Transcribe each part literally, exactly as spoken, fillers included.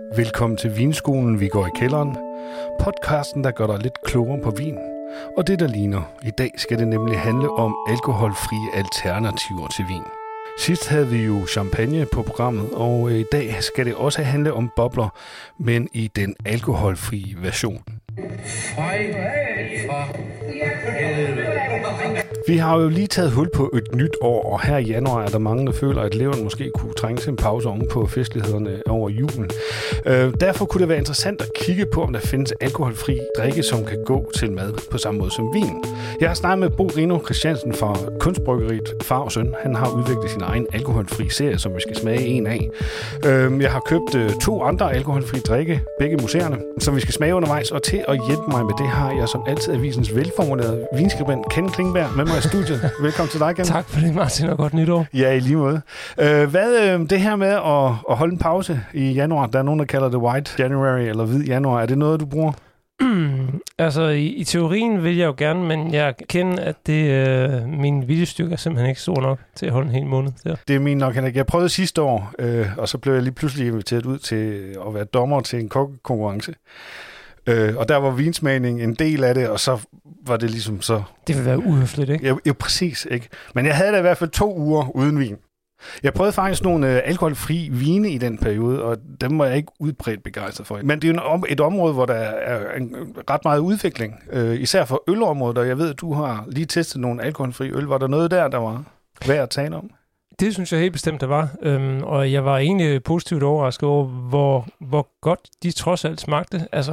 Velkommen til Vinskolen, vi går i kælderen. Podcasten, der gør dig lidt klogere på vin. Og det, der ligner. I dag skal det nemlig handle om alkoholfrie alternativer til vin. Sidst havde vi jo champagne på programmet, og i dag skal det også handle om bobler, men i den alkoholfrie version. Vi har jo lige taget hul på et nyt år, og her i januar er der mange, der føler, at leveren måske kunne trænge til en pause oven på festlighederne over julen. Øh, derfor kunne det være interessant at kigge på, om der findes alkoholfri drikke, som kan gå til mad på samme måde som vin. Jeg har snakket med Bo Rino Christiansen fra kunstbryggeriet Far og Søn. Han har udviklet sin egen alkoholfri serie, som vi skal smage en af. Øh, jeg har købt øh, to andre alkoholfri drikke, begge museerne, som vi skal smage undervejs, og til at hjælpe mig med det har jeg som altid avisens velformulerede vinskribent Ken Klingberg med mig i studiet. Velkommen til dig, Ken. Tak for det, Martin, og godt nytår. Ja, i lige måde. Øh, hvad øh, det her med at, at holde en pause i januar, der er nogen, der kalder det White January eller Hvid Januar, er det noget, du bruger? altså, i, i teorien vil jeg jo gerne, men jeg kender, at det, øh, min viljestyrke er simpelthen ikke stor nok til at holde en hel måned. Der. Det er min nok, Henrik. Jeg prøvede sidste år, øh, og så blev jeg lige pludselig inviteret ud til at være dommer til en kokkekonkurrence. Øh, og der var vinsmagning en del af det, og så var det ligesom så... Det vil være uhøfligt, ikke? Ja, jo, præcis, ikke? Men jeg havde da i hvert fald to uger uden vin. Jeg prøvede faktisk nogle øh, alkoholfri vine i den periode, og dem var jeg ikke udbredt begejstret for. Men det er jo om, et område, hvor der er en, ret meget udvikling, øh, især for ølområdet, og jeg ved, at du har lige testet nogle alkoholfri øl. Var der noget der, der var værd at tale om? Det synes jeg helt bestemt, der var. Øhm, og jeg var egentlig positivt overrasket over, hvor, hvor godt de trods alt smagte. Altså,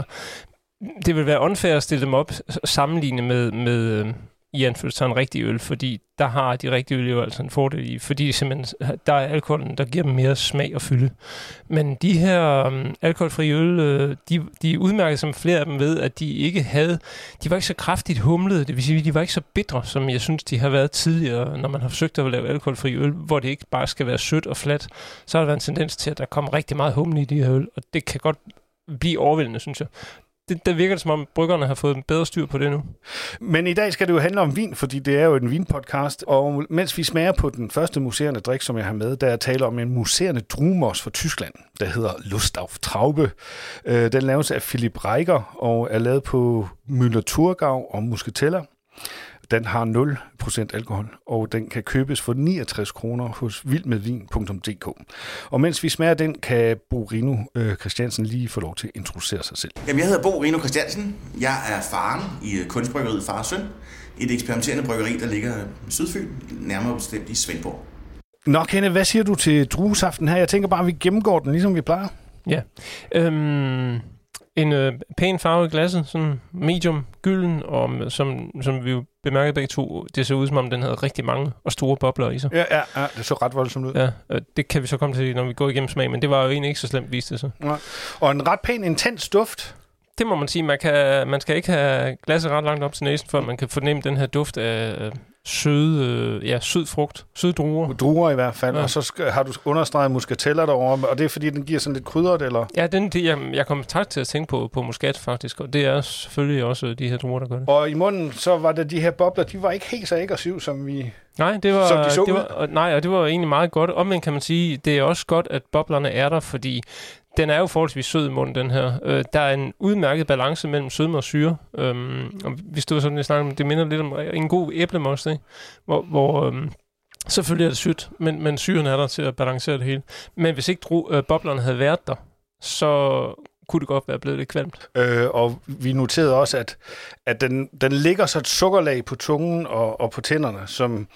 det vil være unfair at stille dem op sammenligne med, med i anførselstegn en rigtig øl, fordi der har de rigtige øl jo altså en fordel i, fordi simpelthen, der er alkoholen, der giver dem mere smag og fylde. Men de her um, alkoholfrie øl, øh, de, de udmærkede som flere af dem ved, at de ikke havde, de var ikke så kraftigt humlede, det vil sige, de var ikke så bitre, som jeg synes, de har været tidligere, når man har forsøgt at lave alkoholfri øl, hvor det ikke bare skal være sødt og fladt, så har der været en tendens til, at der kommer rigtig meget humle i de her øl, og det kan godt blive overvældende, synes jeg. Det, det virker det, som om bryggerne har fået bedre styr på det nu. Men i dag skal det jo handle om vin, fordi det er jo en vinpodcast. Og mens vi smager på den første museerende drik, som jeg har med, der er tale om en museerende druemos fra Tyskland, der hedder Lust auf Traube. Den laves af Philipp Reiger og er lavet på Müller-Thurgau og Muscatella. Den har nul procent alkohol, og den kan købes for niogtres kroner hos vildmedvin punktum d k. Og mens vi smager den, kan Bo Rino øh, Christiansen lige få lov til at introducere sig selv. Jamen, jeg hedder Bo Rino Christiansen. Jeg er faren i kunstbryggeriet Far og Søn. Et eksperimenterende bryggeri, der ligger i Sydfyn, nærmere bestemt i Svendborg. Nå, Kenneth, hvad siger du til druesaften her? Jeg tænker bare, at vi gennemgår den, ligesom vi plejer. Ja, øhm... En øh, pæn farve i glasset, sådan medium gylden, og som, som vi jo bemærkede begge to, det ser ud som om, den havde rigtig mange og store bobler i sig. Ja, ja, ja, det så ret voldsomt ud. Ja, og det kan vi så komme til, når vi går igennem smag, men det var jo egentlig ikke så slemt, viste det sig. Ja. Og en ret pæn, intens duft. Det må man sige. Man, kan, man skal ikke have glasset ret langt op til næsen, for man kan fornemme den her duft af søde, øh, ja, sød frugt, søde druer. Druer i hvert fald, ja. Og så skal, har du understreget muscatella derovre, og det er fordi, den giver sådan lidt krydret, eller? Ja, den, det, jeg, jeg kom tak til at tænke på, på muskat faktisk, og det er selvfølgelig også de her druer, der gør det. Og i munden, så var det de her bobler, de var ikke helt så aggressive, som vi... Nej, det var, som de så det var, nej, og det var egentlig meget godt. Omvendt kan man sige, det er også godt, at boblerne er der, fordi den er jo forholdsvis sød i munden, den her. Øh, der er en udmærket balance mellem sødme og syre. Øhm, og vi stod sådan og snakkede om, det minder lidt om en god æblemost, ikke? Hvor, hvor øhm, selvfølgelig er det sødt, men, men syren er der til at balancere det hele. Men hvis ikke dro, øh, boblerne havde været der, så kunne det godt være blevet lidt kvalmt. Øh, og vi noterede også, at, at den, den ligger så et sukkerlag på tungen og, og på tænderne, som...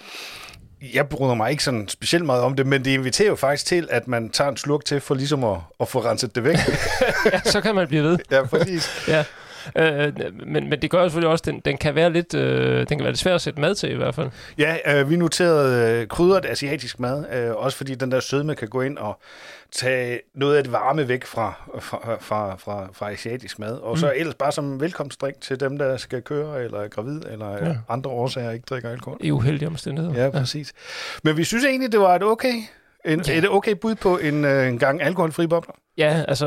Jeg bryder mig ikke sådan specielt meget om det, men det inviterer jo faktisk til, at man tager en slurk til for ligesom at, at få renset det væk. Ja, så kan man blive ved. Ja, præcis. Ja. Øh, men, men det gør selvfølgelig også, at den, den kan være lidt, øh, den kan være lidt svær at sætte mad til i hvert fald. Ja, øh, vi noterede øh, krydret asiatisk mad, øh, også fordi den der sødme kan gå ind og tage noget af det varme væk fra, fra, fra, fra, fra asiatisk mad. Og mm. så ellers bare som velkomstdrik til dem, der skal køre, eller er gravid, eller ja. andre årsager ikke drikker alkohol. I uheldige omstændigheder. Ja, præcis. Ja. Men vi synes egentlig, det var et okay, en, ja. et okay bud på en, en gang alkoholfri bobler. Ja, altså,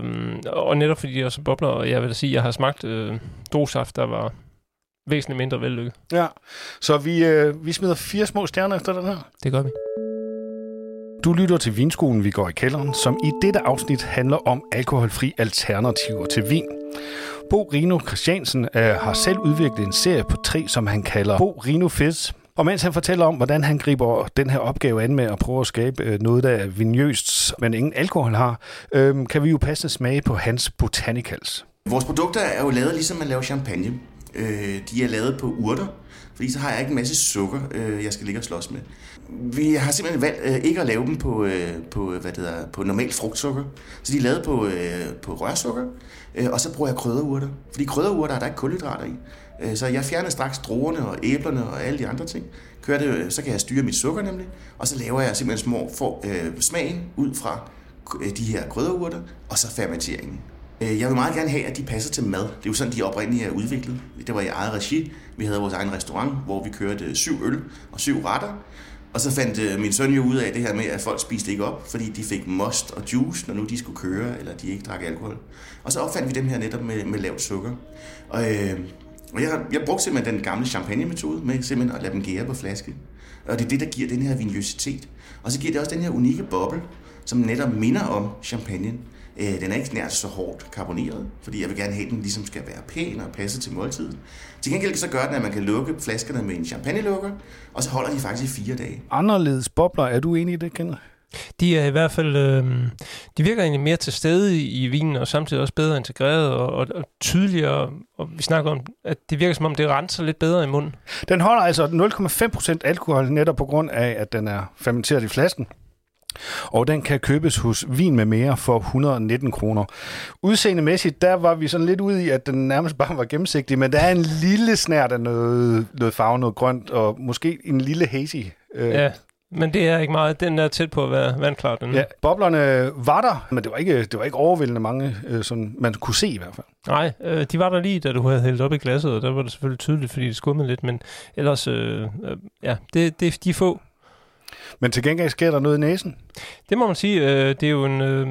og netop fordi de også er bobler, og jeg vil da sige, at jeg har smagt øh, druesaft, der var væsentligt mindre vellykket. Ja, så vi, øh, vi smider fire små stjerner efter den her. Det gør vi. Du lytter til Vinskolen, vi går i kælderen, som i dette afsnit handler om alkoholfri alternativer til vin. Bo Rino Christiansen øh, har selv udviklet en serie på tre, som han kalder Bo Rino Fizz. Og mens han fortæller om, hvordan han griber den her opgave an med at prøve at skabe noget, der er vinøst, men ingen alkohol har, øh, kan vi jo passende smage på hans botanicals. Vores produkter er jo lavet ligesom man laver champagne. Øh, de er lavet på urter, fordi så har jeg ikke en masse sukker, øh, jeg skal ligge og slås med. Vi har simpelthen valgt øh, ikke at lave dem på, øh, på, hvad det hedder, på normalt frugtsukker. Så de er lavet på, øh, på rørsukker, øh, og så bruger jeg krydderurter. Fordi krydderurter er der ikke kulhydrater i. Øh, så jeg fjerner straks druerne og æblerne og alle de andre ting. Kører det, så kan jeg styre mit sukker nemlig, og så laver jeg simpelthen små for, øh, smagen ud fra øh, de her krydderurter, og så fermenteringen. Jeg vil meget gerne have, at de passer til mad. Det er jo sådan, de oprindeligt er udviklet. Det var i eget regi. Vi havde vores egen restaurant, hvor vi kørte syv øl og syv retter. Og så fandt min søn jo ud af det her med, at folk spiste ikke op, fordi de fik most og juice, når nu de skulle køre, eller de ikke drak alkohol. Og så opfandt vi dem her netop med, med lavt sukker. Og, øh, og jeg, jeg brugte simpelthen den gamle champagne-metode med simpelthen at lade dem gære på flaske. Og det er det, der giver den her vinøsitet. Og så giver det også den her unikke boble, som netop minder om champagne. Den er ikke nær så hårdt karboneret, fordi jeg vil gerne have, at den ligesom skal være pæn og passe til måltiden. Til gengæld så gør den, at man kan lukke flaskerne med en champagnelukker, og så holder de faktisk i fire dage. Anderledes bobler, er du enig i det, Kenneth? De er i hvert fald, øh, de virker egentlig mere til stede i, i vinen, og samtidig også bedre integreret og, og, og tydeligere. Og vi snakker om, at det virker som om, det renser lidt bedre i munden. Den holder altså nul komma fem procent alkohol netop på grund af, at den er fermenteret i flasken. Og den kan købes hos Vin med mere for et hundrede og nitten kroner. Udseendemæssigt, der var vi sådan lidt ude i, at den nærmest bare var gennemsigtig, men der er en lille snert af noget, noget farve, noget grønt, og måske en lille hazy. Øh. Ja, men det er ikke meget. Den er tæt på at være vandklar. Den. Ja, boblerne var der, men det var ikke, det var ikke overvældende mange, øh, sådan, man kunne se i hvert fald. Nej, øh, de var der lige, da du havde hældt op i glasset, og der var det selvfølgelig tydeligt, fordi det skummede lidt, men ellers, øh, øh, ja, det, det, de er få. Men til gengæld sker der noget i næsen? Det må man sige. Øh, det er jo en... Øh,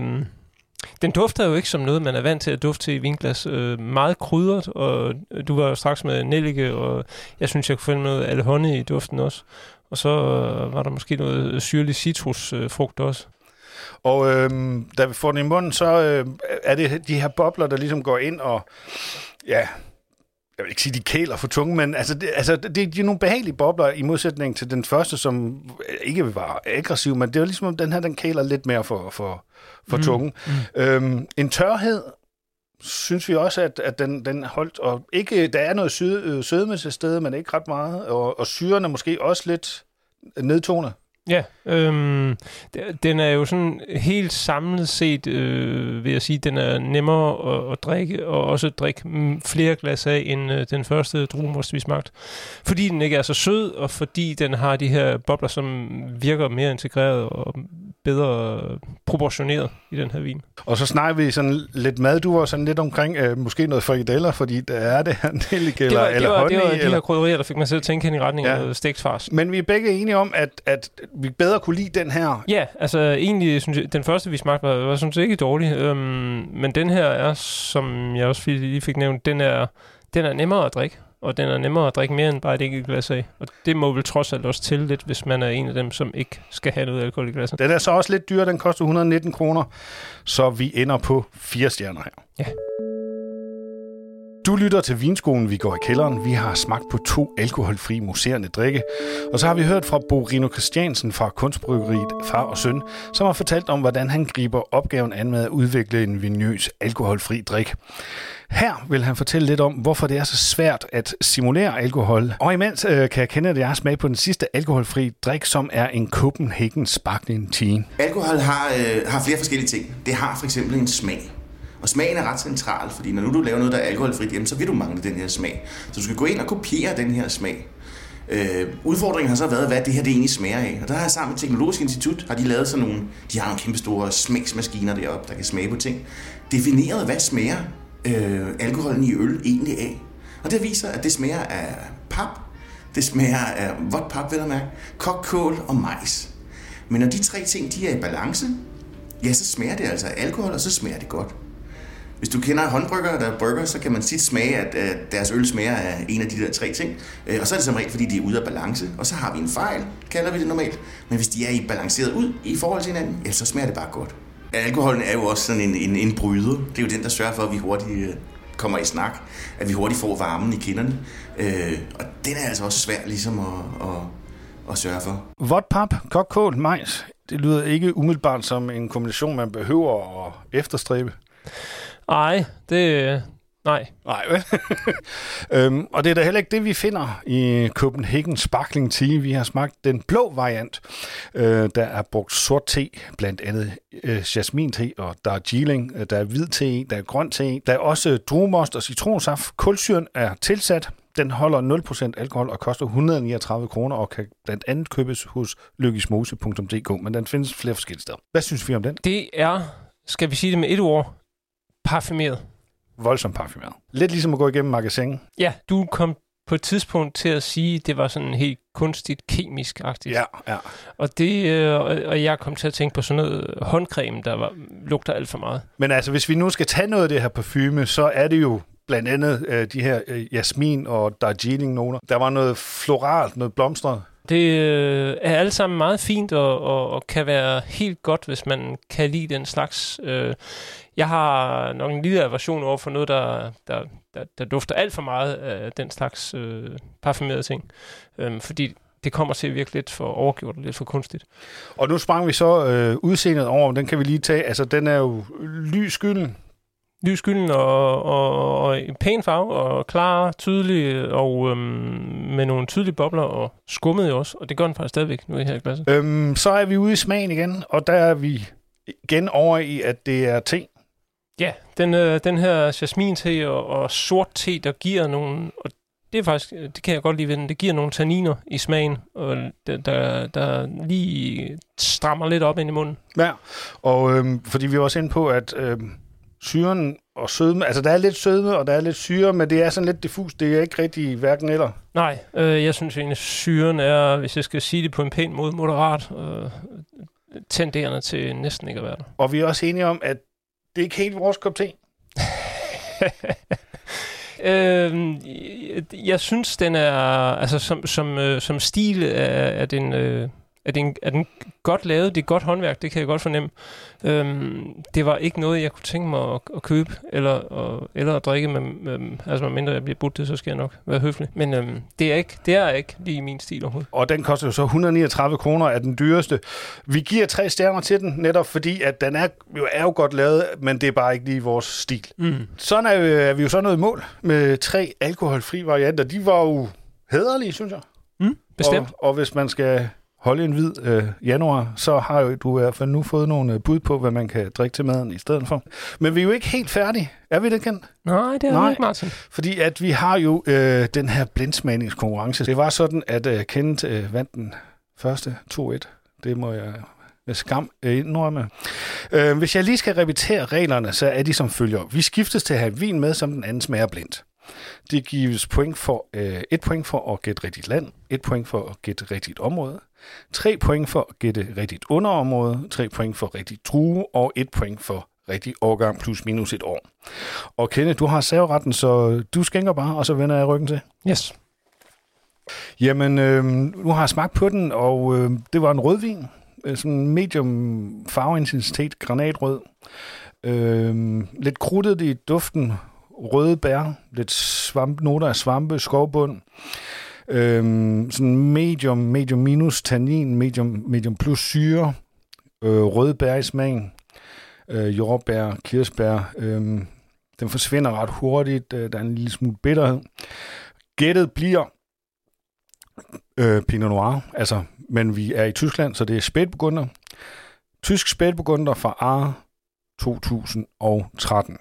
den dufter jo ikke som noget, man er vant til at dufte til i vinglas. Øh, meget krydret, og du var jo straks med nellike, og jeg synes, jeg kunne finde noget alhonne i duften også. Og så øh, var der måske noget syrlig citrusfrugt øh, også. Og øh, da vi får den i munden, så øh, er det de her bobler, der ligesom går ind og... ja. Jeg vil ikke sige, de kæler for tungen, men altså, det, altså, det, det er nogle behagelige bobler i modsætning til den første, som ikke var aggressiv, men det er jo ligesom, den her, den kæler lidt mere for, for, for mm. tungen. Mm. Øhm, en tørhed, synes vi også, at, at den, den holdt, og ikke, der er noget sød, sødme til stede, men ikke ret meget, og, og syren er måske også lidt nedtonet. Ja, øhm, den er jo sådan helt samlet set, øh, vil jeg sige, den er nemmere at, at drikke, og også at drikke flere glas af, end øh, den første druemost, vi smagte. Fordi den ikke er så sød, og fordi den har de her bobler, som virker mere integreret og bedre proportioneret i den her vin. Og så snakker vi sådan lidt mad, du var sådan lidt omkring, øh, måske noget frikadeller, fordi der er det her nellike eller, eller honning. Det var de eller... her krydderier, der fik mig selv at tænke hen i retning af ja. stegt fars. Men vi er begge enige om, at, at vi bedre kunne lide den her. Ja, altså egentlig synes jeg, den første vi smagte var, var sådan set ikke dårlig, øhm, men den her er, som jeg også lige fik nævnt, den er, den er nemmere at drikke, og den er nemmere at drikke mere end bare et enkelt glas af. Og det må vel trods alt også til lidt, hvis man er en af dem, som ikke skal have noget alkohol i glasset. Den er så også lidt dyr, den koster et hundrede og nitten kroner, så vi ender på fire stjerner her. Ja. Du lytter til Vinskolen, vi går i kælderen. Vi har smagt på to alkoholfri mousserende drikke. Og så har vi hørt fra Bo Rino Christiansen fra kunstbryggeriet Far og Søn, som har fortalt om, hvordan han griber opgaven an med at udvikle en vinøs alkoholfri drik. Her vil han fortælle lidt om, hvorfor det er så svært at simulere alkohol. Og imens øh, kan jeg kende, at jeg har smagt på den sidste alkoholfri drik, som er en Copenhagen Sparkling Teen. Alkohol har, øh, har flere forskellige ting. Det har for eksempel en smag. Og smagen er ret central, fordi når nu du laver noget, der er alkoholfrit, jamen, så vil du mangle den her smag. Så du skal gå ind og kopiere den her smag. Øh, udfordringen har så været, hvad det her det egentlig smager af. Og der har jeg sammen med Teknologisk Institut, har de lavet sådan nogle, de har nogle kæmpe store smagsmaskiner deroppe, der kan smage på ting. Defineret, hvad smager øh, alkoholen i øl egentlig af. Og det viser, at det smager af pap, det smager af vådt pap, vil jeg mærke, kogt kål og majs. Men når de tre ting, de er i balance, ja, så smager det altså af alkohol, og så smager det godt. Hvis du kender håndbrygger, der brygger, så kan man tit smage, at, at deres øl smager af en af de der tre ting. Øh, og så er det som regel, fordi de er ude af balance. Og så har vi en fejl, kalder vi det normalt. Men hvis de er i balanceret ud i forhold til hinanden, ja, så smager det bare godt. Alkoholen er jo også sådan en, en, en bryder. Det er jo den, der sørger for, at vi hurtigt øh, kommer i snak. At vi hurtigt får varmen i kinderne. Øh, og den er altså også svær ligesom at, at, at sørge for. Vodpap, kokkål, majs. Det lyder ikke umiddelbart som en kombination, man behøver at efterstræbe. Nej, det... Nej. Nej, vel? øhm, og det er da heller ikke det, vi finder i Copenhagen Sparkling Tea. Vi har smagt den blå variant. Øh, der er brugt sort te, blandt andet øh, jasmin-te og Darjeeling. Der er hvid te, der er grøn te. Der er også druemost og citronsaft. Kulsyren er tilsat. Den holder nul procent alkohol og koster et hundrede og niogtredive kroner og kan blandt andet købes hos lykkesmose punktum d k, men den findes flere forskellige steder. Hvad synes vi om den? Det er, skal vi sige det med et ord, parfumeret. Voldsomt parfumeret. Lidt ligesom at gå igennem magasin. Ja, du kom på et tidspunkt til at sige, at det var sådan helt kunstigt, kemisk-agtigt. Ja, ja. Og, det, øh, og jeg kom til at tænke på sådan noget håndcreme, der var, lugter alt for meget. Men altså, hvis vi nu skal tage noget af det her parfume, så er det jo blandt andet øh, de her øh, jasmin og Darjeeling-noter. Der var noget floralt, noget blomstret. Det øh, er alt sammen meget fint og, og, og kan være helt godt, hvis man kan lide den slags. Øh, jeg har nok en lille aversion over for noget, der, der, der, der dufter alt for meget af den slags øh, parfumerede ting. Øh, fordi det kommer til at virke lidt for overgjort og lidt for kunstigt. Og nu sprang vi så øh, udseendet over, den kan vi lige tage. Altså, den er jo lys gylden. Lys gylden og, og, og en pæn farve, og klar, tydelig, og øhm, med nogle tydelige bobler, og skummet jo også, og det gør den faktisk stadigvæk nu i her i glasset. Øhm, så er vi ude i smagen igen, og der er vi igen over i, at det er te. Ja, den, øh, den her jasmin-te og, og sort te, der giver nogle, og det er faktisk, det kan jeg godt lide ved den, det giver nogle tanniner i smagen, og der, der, der lige strammer lidt op ind i munden. Ja, og øhm, fordi vi var også inde på, at øhm, syren og sødme, altså der er lidt sødme, og der er lidt syre, men det er sådan lidt diffus, det er ikke rigtig hverken eller. Nej, øh, jeg synes egentlig, syren er, hvis jeg skal sige det på en pæn måde, moderat, øh, tenderende til næsten ikke at være der. Og vi er også enige om, at det er ikke helt vores kop te. øh, jeg synes, den er, altså som, som, øh, som stil er, er den... Øh, Er den, er den godt lavet? Det er godt håndværk, det kan jeg godt fornemme. Øhm, det var ikke noget, jeg kunne tænke mig at, at købe eller, og, eller at drikke. Med, med, altså, medmindre jeg bliver budt det, så skal jeg nok være høflig. Men øhm, det, er ikke, det er ikke lige min stil overhovedet. Og den koster jo så et hundrede og niogtredive kroner af den dyreste. Vi giver tre stjerner til den, netop fordi, at den er jo, er jo godt lavet, men det er bare ikke lige vores stil. Mm. Sådan er, er vi jo så noget mål med tre alkoholfri varianter. De var jo hæderlige, synes jeg. Mm, bestemt. Og, og hvis man skal holde en hvid øh, januar, så har jo du i hvert fald nu fået nogle bud på, hvad man kan drikke til maden i stedet for. Men vi er jo ikke helt færdige. Er vi det, Kent? Nej, det er Nej, vi ikke, Martin. Fordi at vi har jo øh, den her blindsmagningskonkurrence. Det var sådan, at øh, Kent øh, vandt den første to et. Det må jeg med skam øh, indrømme. Øh, hvis jeg lige skal repetere reglerne, så er de som følger. Vi skiftes til at have vin med, som den anden smager blindt. Det gives point for, øh, et point for at gætte rigtigt land, et point for at gætte rigtigt område, tre point for at gætte rigtigt underområde, tre point for rigtigt drue og et point for rigtig årgang plus minus et år. Og Kenneth, du har serveretten, så du skænker bare, og så vender jeg ryggen til. Yes. Jamen, øh, nu har jeg smagt på den, og øh, det var en rødvin. Sådan medium farveintensitet, granatrød. Øh, lidt krudtet i duften, røde bær, lidt svamp, noter af svampe, skovbund. Øhm, sådan medium, medium minus tannin, medium, medium plus syre, øh, røde bær i smagen, øh, jordbær, kirsebær. Øh, den forsvinder ret hurtigt, øh, der er en lille smule bitterhed. Gættet bliver øh, Pinot Noir, altså, men vi er i Tyskland, så det er spætburgunder. Tysk spætburgunder fra Aar to tusind og tretten.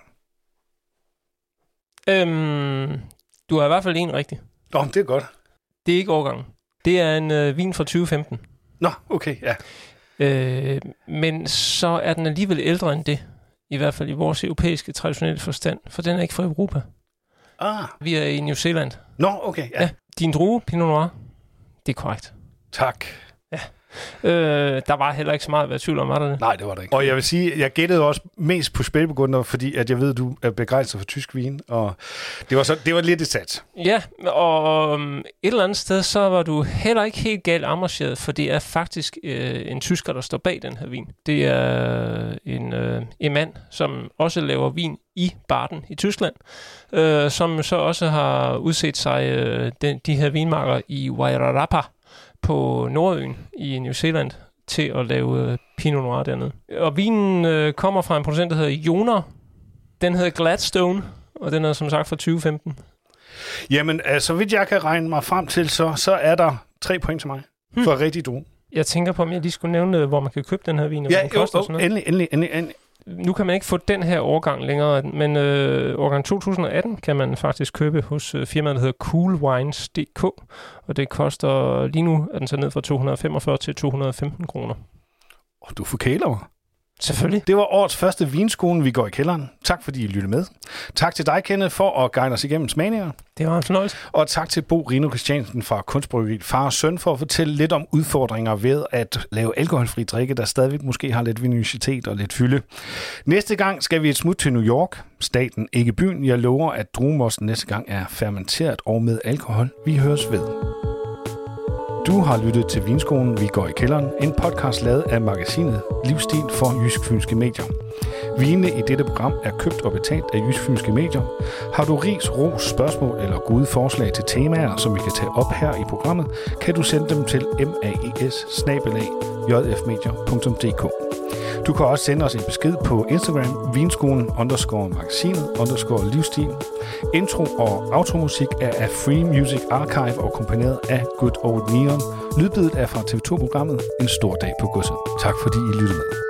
Øhm, du har i hvert fald en rigtig. Nå, det er godt. Det er ikke årgangen. Det er en øh, vin fra tyve femten. Nå, okay, ja. Øh, men så er den alligevel ældre end det. I hvert fald i vores europæiske traditionelle forstand. For den er ikke fra Europa. Ah. Vi er i New Zealand. Nå, okay, ja. ja. Din drue, Pinot Noir, det er korrekt. Tak. Ja. Øh, der var heller ikke så meget at være tvivl om, var der det? Nej, det var det ikke. Og jeg vil sige, jeg gættede også mest på spilbegrunder, fordi at jeg ved, at du er begejstret for tysk vin, og det var, så, det var lidt et sats. Ja, og um, et eller andet sted, så var du heller ikke helt galt afmarcheret, for det er faktisk øh, en tysker, der står bag den her vin. Det er en, øh, en mand, som også laver vin i Baden i Tyskland, øh, som så også har udset sig øh, den, de her vinmarker i Wairarapa på Nordøen i New Zealand til at lave øh, Pinot Noir dernede. Og vinen øh, kommer fra en producent, der hedder Joner. Den hedder Gladstone, og den er som sagt fra tyve femten. Jamen, altså, så vidt jeg kan regne mig frem til, så, så er der tre point til mig. Hmm. For rigtig du. Jeg tænker på, om jeg lige skulle nævne, hvor man kan købe den her vin, og ja, hvad den koster. Jo, jo, endelig, endelig, endelig, endelig. Nu kan man ikke få den her årgang længere, men øh, årgang to tusind atten kan man faktisk købe hos øh, firmaet, der hedder cool wines punktum d k, og det koster, lige nu er den så ned fra to hundrede og femogfyrre til to hundrede og femten kroner. Og du forkæler mig. Selvfølgelig. Det var årets første vinskole, vi går i kælderen. Tak fordi I lyttede med. Tak til dig, Kenneth, for at guide os igennem smagninger. Det var en fornøjelse. Og tak til Bo Rino Christiansen fra Kunstbryggeriet Far og Søn for at fortælle lidt om udfordringer ved at lave alkoholfri drikke, der stadigvæk måske har lidt vinositet og lidt fylde. Næste gang skal vi et smut til New York, staten, ikke byen. Jeg lover, at druemosten næste gang er fermenteret og med alkohol. Vi høres ved. Du har lyttet til Vinskolen, vi går i kælderen, en podcast lavet af magasinet Livsstil for Jysk Fynske Medier. Vinene i dette program er købt og betalt af Jysk Fynske Medier. Har du ris, ros, spørgsmål eller gode forslag til temaer, som vi kan tage op her i programmet, kan du sende dem til maes bindestreg j f medier punktum d k. Du kan også sende os en besked på Instagram, vinskolen underscore magasinet underscore livsstil. Intro og outromusik er af Free Music Archive og komponeret af Good Old Neon. Lydbilledet er fra T V to-programmet En stor dag på godset. Tak fordi I lyttede med.